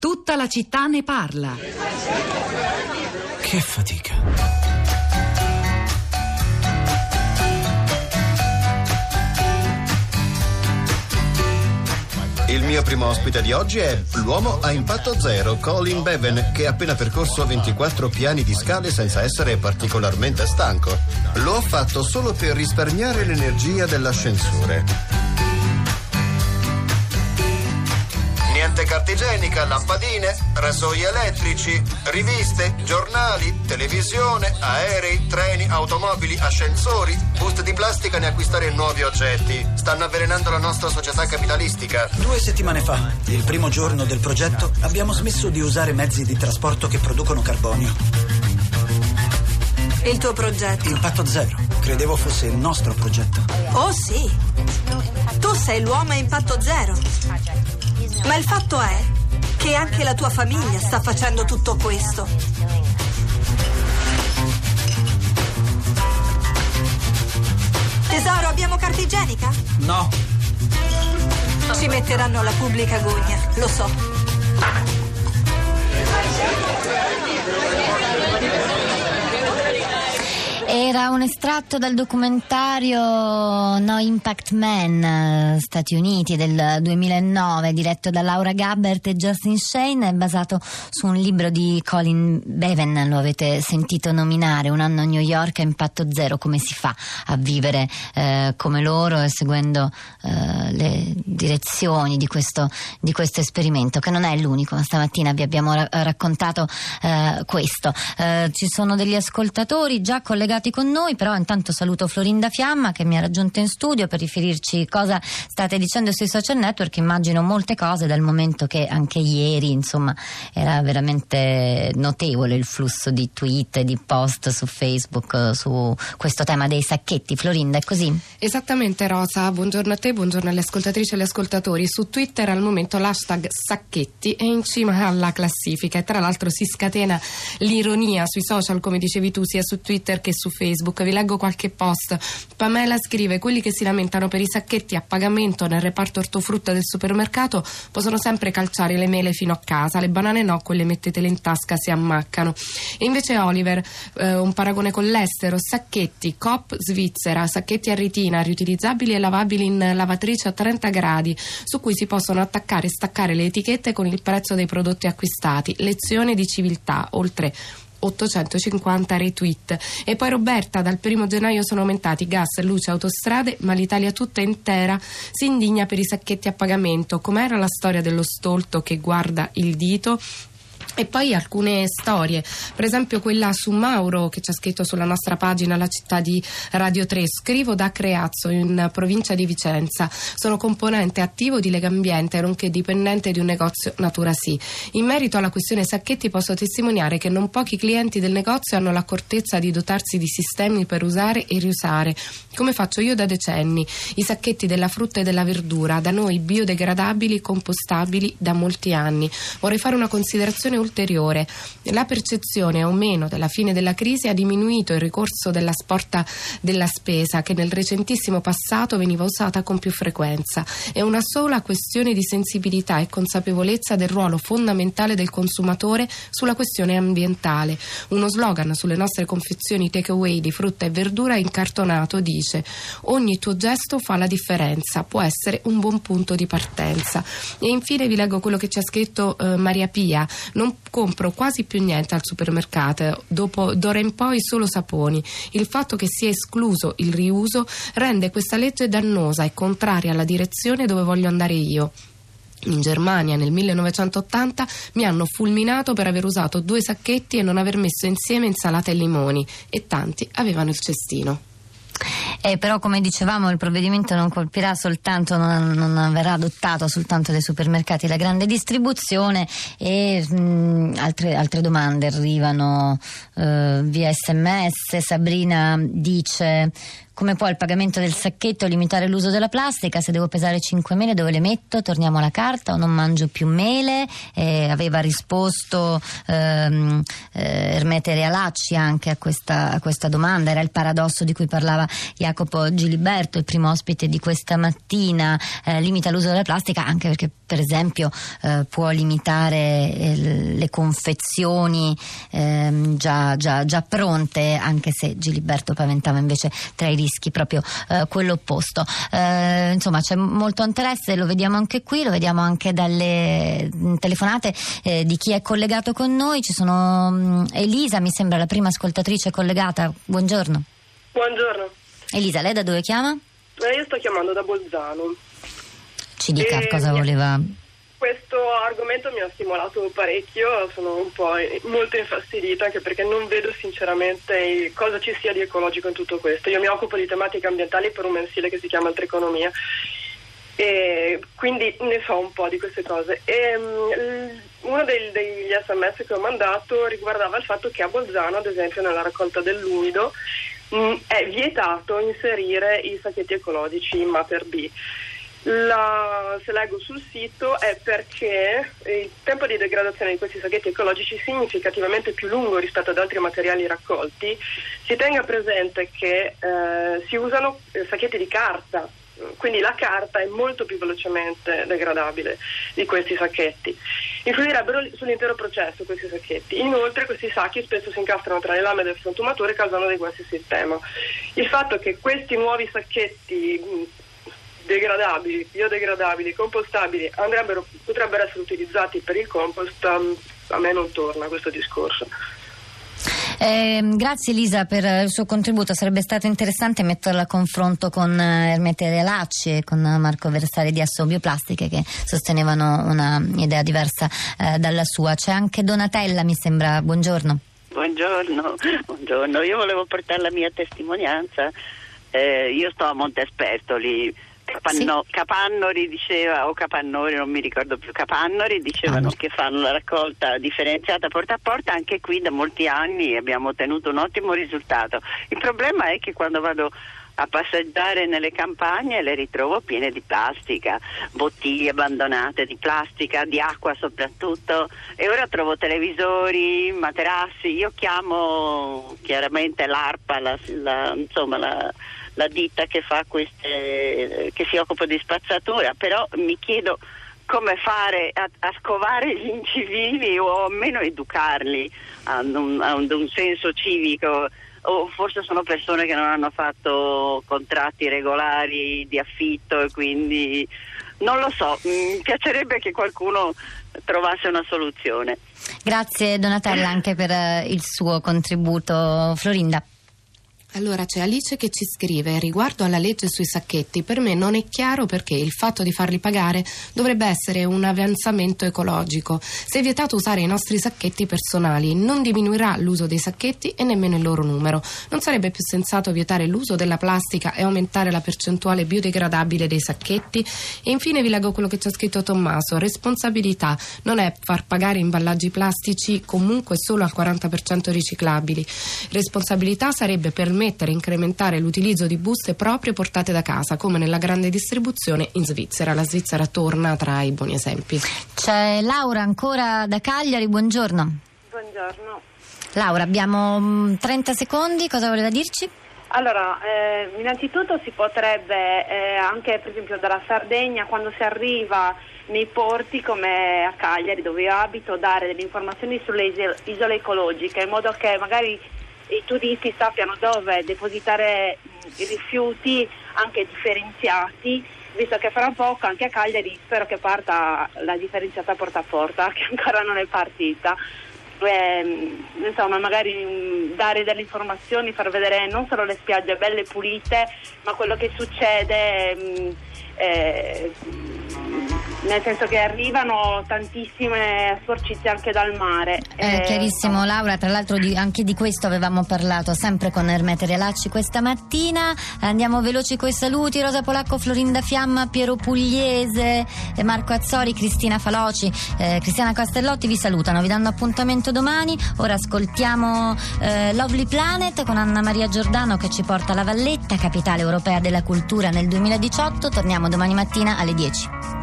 Tutta la città ne parla. Che fatica. Il mio primo ospite di oggi è l'uomo a impatto zero, Colin Bevan, che ha appena percorso 24 piani di scale senza essere particolarmente stanco. Lo ha fatto solo per risparmiare l'energia dell'ascensore. Niente carta igienica, lampadine, rasoi elettrici, riviste, giornali, televisione, aerei, treni, automobili, ascensori, buste di plastica né acquistare nuovi oggetti. Stanno avvelenando la nostra società capitalistica. 2 settimane fa, il primo giorno del progetto, abbiamo smesso di usare mezzi di trasporto che producono carbonio. Il tuo progetto? Impatto zero. Credevo fosse il nostro progetto. Oh sì. Tu sei l'uomo a impatto zero. Ma il fatto è che anche la tua famiglia sta facendo tutto questo. Tesoro, abbiamo carta igienica? No. Ci metteranno alla pubblica gogna, lo so. Era un estratto dal documentario No Impact Man, Stati Uniti, del 2009, diretto da Laura Gabbert e Justin Shane, è basato su un libro di Colin Bevan, lo avete sentito nominare, Un anno a New York a impatto zero, come si fa a vivere come loro e seguendo le direzioni di questo esperimento, che non è l'unico, ma stamattina vi abbiamo raccontato questo. Ci sono degli ascoltatori già collegati con noi, però intanto saluto Florinda Fiamma che mi ha raggiunto in studio per riferirci cosa state dicendo sui social network. Immagino molte cose, dal momento che anche ieri insomma era veramente notevole il flusso di tweet e di post su Facebook su questo tema dei sacchetti. Florinda, è così? Esattamente, Rosa, buongiorno a te, buongiorno alle ascoltatrici e agli ascoltatori. Su Twitter al momento l'hashtag sacchetti è in cima alla classifica e tra l'altro si scatena l'ironia sui social, come dicevi tu, sia su Twitter che su Facebook. Vi leggo qualche post. Pamela scrive: quelli che si lamentano per i sacchetti a pagamento nel reparto ortofrutta del supermercato possono sempre calciare le mele fino a casa, le banane no, quelle mettetele in tasca, si ammaccano. E invece Oliver, un paragone con l'estero: sacchetti Coop Svizzera, sacchetti a ritina riutilizzabili e lavabili in lavatrice a 30 gradi su cui si possono attaccare e staccare le etichette con il prezzo dei prodotti acquistati. Lezione di civiltà, oltre 850 retweet. E poi Roberta: dal 1 gennaio sono aumentati gas, luce, autostrade, ma l'Italia tutta intera si indigna per i sacchetti a pagamento. Com'era la storia dello stolto che guarda il dito? E poi alcune storie, per esempio quella su Mauro che ci ha scritto sulla nostra pagina La Città di Radio 3. Scrivo da Creazzo, in provincia di Vicenza, sono componente attivo di Legambiente nonché dipendente di un negozio Natura Sì. In merito alla questione sacchetti posso testimoniare che non pochi clienti del negozio hanno l'accortezza di dotarsi di sistemi per usare e riusare, come faccio io da decenni. I sacchetti della frutta e della verdura, da noi biodegradabili, compostabili da molti anni. Vorrei fare una considerazione ulteriore. La percezione o meno della fine della crisi ha diminuito il ricorso della sporta della spesa, che nel recentissimo passato veniva usata con più frequenza. È una sola questione di sensibilità e consapevolezza del ruolo fondamentale del consumatore sulla questione ambientale. Uno slogan sulle nostre confezioni takeaway di frutta e verdura incartonato dice: ogni tuo gesto fa la differenza, può essere un buon punto di partenza. E infine vi leggo quello che ci ha scritto Maria Pia: non compro quasi più niente al supermercato, d'ora in poi solo saponi. Il fatto che sia escluso il riuso rende questa legge dannosa e contraria alla direzione dove voglio andare io. In Germania nel 1980 mi hanno fulminato per aver usato 2 sacchetti e non aver messo insieme insalata e limoni, e tanti avevano il cestino. Però, come dicevamo, il provvedimento non colpirà soltanto, non verrà adottato soltanto dai supermercati e la grande distribuzione, e altre domande arrivano via SMS. Sabrina dice: come può il pagamento del sacchetto limitare l'uso della plastica? Se devo pesare 5 mele, dove le metto? Torniamo alla carta o non mangio più mele? Aveva risposto Ermete Realacci anche a questa domanda. Era il paradosso di cui parlava Jacopo Giliberto, il primo ospite di questa mattina. Limita l'uso della plastica anche perché per esempio può limitare le confezioni già pronte, anche se Giliberto paventava invece tra i rischi proprio quello opposto. Insomma, c'è molto interesse, lo vediamo anche qui, lo vediamo anche dalle telefonate di chi è collegato con noi. Ci sono Elisa, mi sembra la prima ascoltatrice collegata. Buongiorno. Buongiorno. Elisa, lei da dove chiama? Io sto chiamando da Bolzano. Ci dica cosa voleva. Questo argomento mi ha stimolato parecchio, sono un po' molto infastidita, anche perché non vedo sinceramente cosa ci sia di ecologico in tutto questo. Io mi occupo di tematiche ambientali per un mensile che si chiama Altra Economia, e quindi ne so un po' di queste cose. E uno degli SMS che ho mandato riguardava il fatto che a Bolzano, ad esempio nella raccolta dell'umido, è vietato inserire i sacchetti ecologici in Mater B. Se leggo sul sito è perché il tempo di degradazione di questi sacchetti ecologici è significativamente più lungo rispetto ad altri materiali raccolti. Si tenga presente che si usano sacchetti di carta, quindi la carta è molto più velocemente degradabile di questi sacchetti. Influirebbero sull'intero processo questi sacchetti. Inoltre questi sacchi spesso si incastrano tra le lame del frantumatore, causando dei guasti al sistema. Il fatto che questi nuovi sacchetti degradabili, biodegradabili, compostabili potrebbero essere utilizzati per il compost, a me non torna questo discorso. Grazie Elisa per il suo contributo. Sarebbe stato interessante metterlo a confronto con Ermete Realacci e con Marco Versari di Assobioplastiche, che sostenevano una idea diversa dalla sua. C'è anche Donatella, mi sembra. Buongiorno. Buongiorno, io volevo portare la mia testimonianza. Io sto a Montespertoli. Capannori diceva, o Capannori, non mi ricordo più, Capannori dicevano che fanno la raccolta differenziata porta a porta. Anche qui da molti anni abbiamo ottenuto un ottimo risultato. Il problema è che quando vado a passeggiare nelle campagne le ritrovo piene di plastica, bottiglie abbandonate di plastica, di acqua soprattutto, e ora trovo televisori, materassi. Io chiamo chiaramente l'ARPA, la ditta che fa che si occupa di spazzatura, però mi chiedo come fare a scovare gli incivili, o almeno educarli a un senso civico. O forse sono persone che non hanno fatto contratti regolari di affitto e quindi non lo so, mi piacerebbe che qualcuno trovasse una soluzione. Grazie Donatella anche per il suo contributo. Florinda. Allora c'è Alice che ci scrive: riguardo alla legge sui sacchetti, per me non è chiaro perché il fatto di farli pagare dovrebbe essere un avanzamento ecologico. Se è vietato usare i nostri sacchetti personali, non diminuirà l'uso dei sacchetti e nemmeno il loro numero. Non sarebbe più sensato vietare l'uso della plastica e aumentare la percentuale biodegradabile dei sacchetti? E infine vi leggo quello che ci ha scritto Tommaso: responsabilità non è far pagare imballaggi plastici comunque solo al 40% riciclabili. Responsabilità sarebbe permettere e incrementare l'utilizzo di buste proprie portate da casa, come nella grande distribuzione in Svizzera. La Svizzera torna tra i buoni esempi. C'è Laura ancora da Cagliari, buongiorno. Buongiorno. Laura, abbiamo 30 secondi, cosa voleva dirci? Allora, innanzitutto si potrebbe anche per esempio dalla Sardegna, quando si arriva nei porti come a Cagliari dove io abito, dare delle informazioni sulle isole ecologiche, in modo che magari i turisti sappiano dove depositare i rifiuti anche differenziati, visto che fra poco anche a Cagliari spero che parta la differenziata porta a porta, che ancora non è partita. Insomma, magari dare delle informazioni, far vedere non solo le spiagge belle e pulite, ma quello che succede, nel senso che arrivano tantissime sporcizie anche dal mare. Chiarissimo Laura, tra l'altro anche di questo avevamo parlato sempre con Ermete Realacci questa mattina. Andiamo veloci coi saluti: Rosa Polacco, Florinda Fiamma, Piero Pugliese, Marco Azzori, Cristina Faloci, Cristiana Castellotti vi salutano, vi danno appuntamento domani. Ora ascoltiamo Lovely Planet con Anna Maria Giordano che ci porta alla Valletta, capitale europea della cultura nel 2018. Torniamo domani mattina alle 10.